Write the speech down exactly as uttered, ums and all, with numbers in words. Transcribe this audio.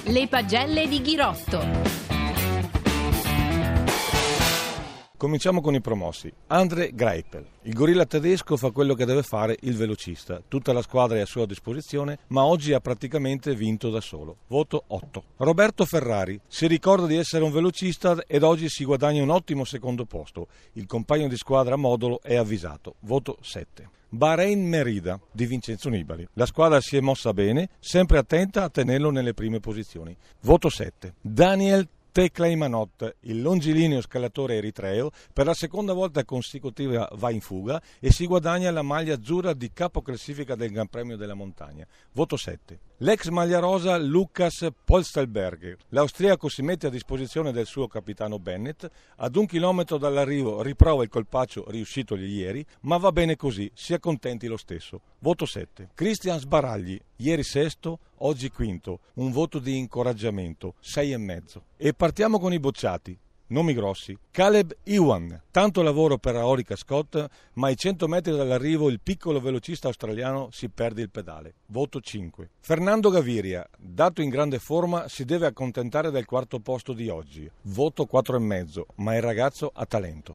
Le pagelle di Ghirotto. Cominciamo con i promossi. Andre Greipel. Il gorilla tedesco fa quello che deve fare il velocista. Tutta la squadra è a sua disposizione, ma oggi ha praticamente vinto da solo. Voto otto. Roberto Ferrari. Si ricorda di essere un velocista ed oggi si guadagna un ottimo secondo posto. Il compagno di squadra Modolo è avvisato. Voto sette. Bahrain Merida di Vincenzo Nibali. La squadra si è mossa bene, sempre attenta a tenerlo nelle prime posizioni. Voto sette. Daniel Teclaimanot, il longilineo scalatore eritreo, per la seconda volta consecutiva va in fuga e si guadagna la maglia azzurra di capo classifica del Gran Premio della Montagna. Voto sette. L'ex maglia rosa Lukas Polstelberger. L'austriaco si mette a disposizione del suo capitano Bennett. Ad un chilometro dall'arrivo riprova il colpaccio riuscitogli ieri, ma va bene così, si accontenti lo stesso. Voto sette. Christian Sbaragli, ieri sesto, oggi quinto. Un voto di incoraggiamento, sei e mezzo. E partiamo con i bocciati. Nomi grossi. Caleb Ewan, tanto lavoro per Orica Scott, ma ai cento metri dall'arrivo il piccolo velocista australiano si perde il pedale. Voto cinque. Fernando Gaviria, dato in grande forma, si deve accontentare del quarto posto di oggi. Voto quattro e mezzo, ma il ragazzo ha talento.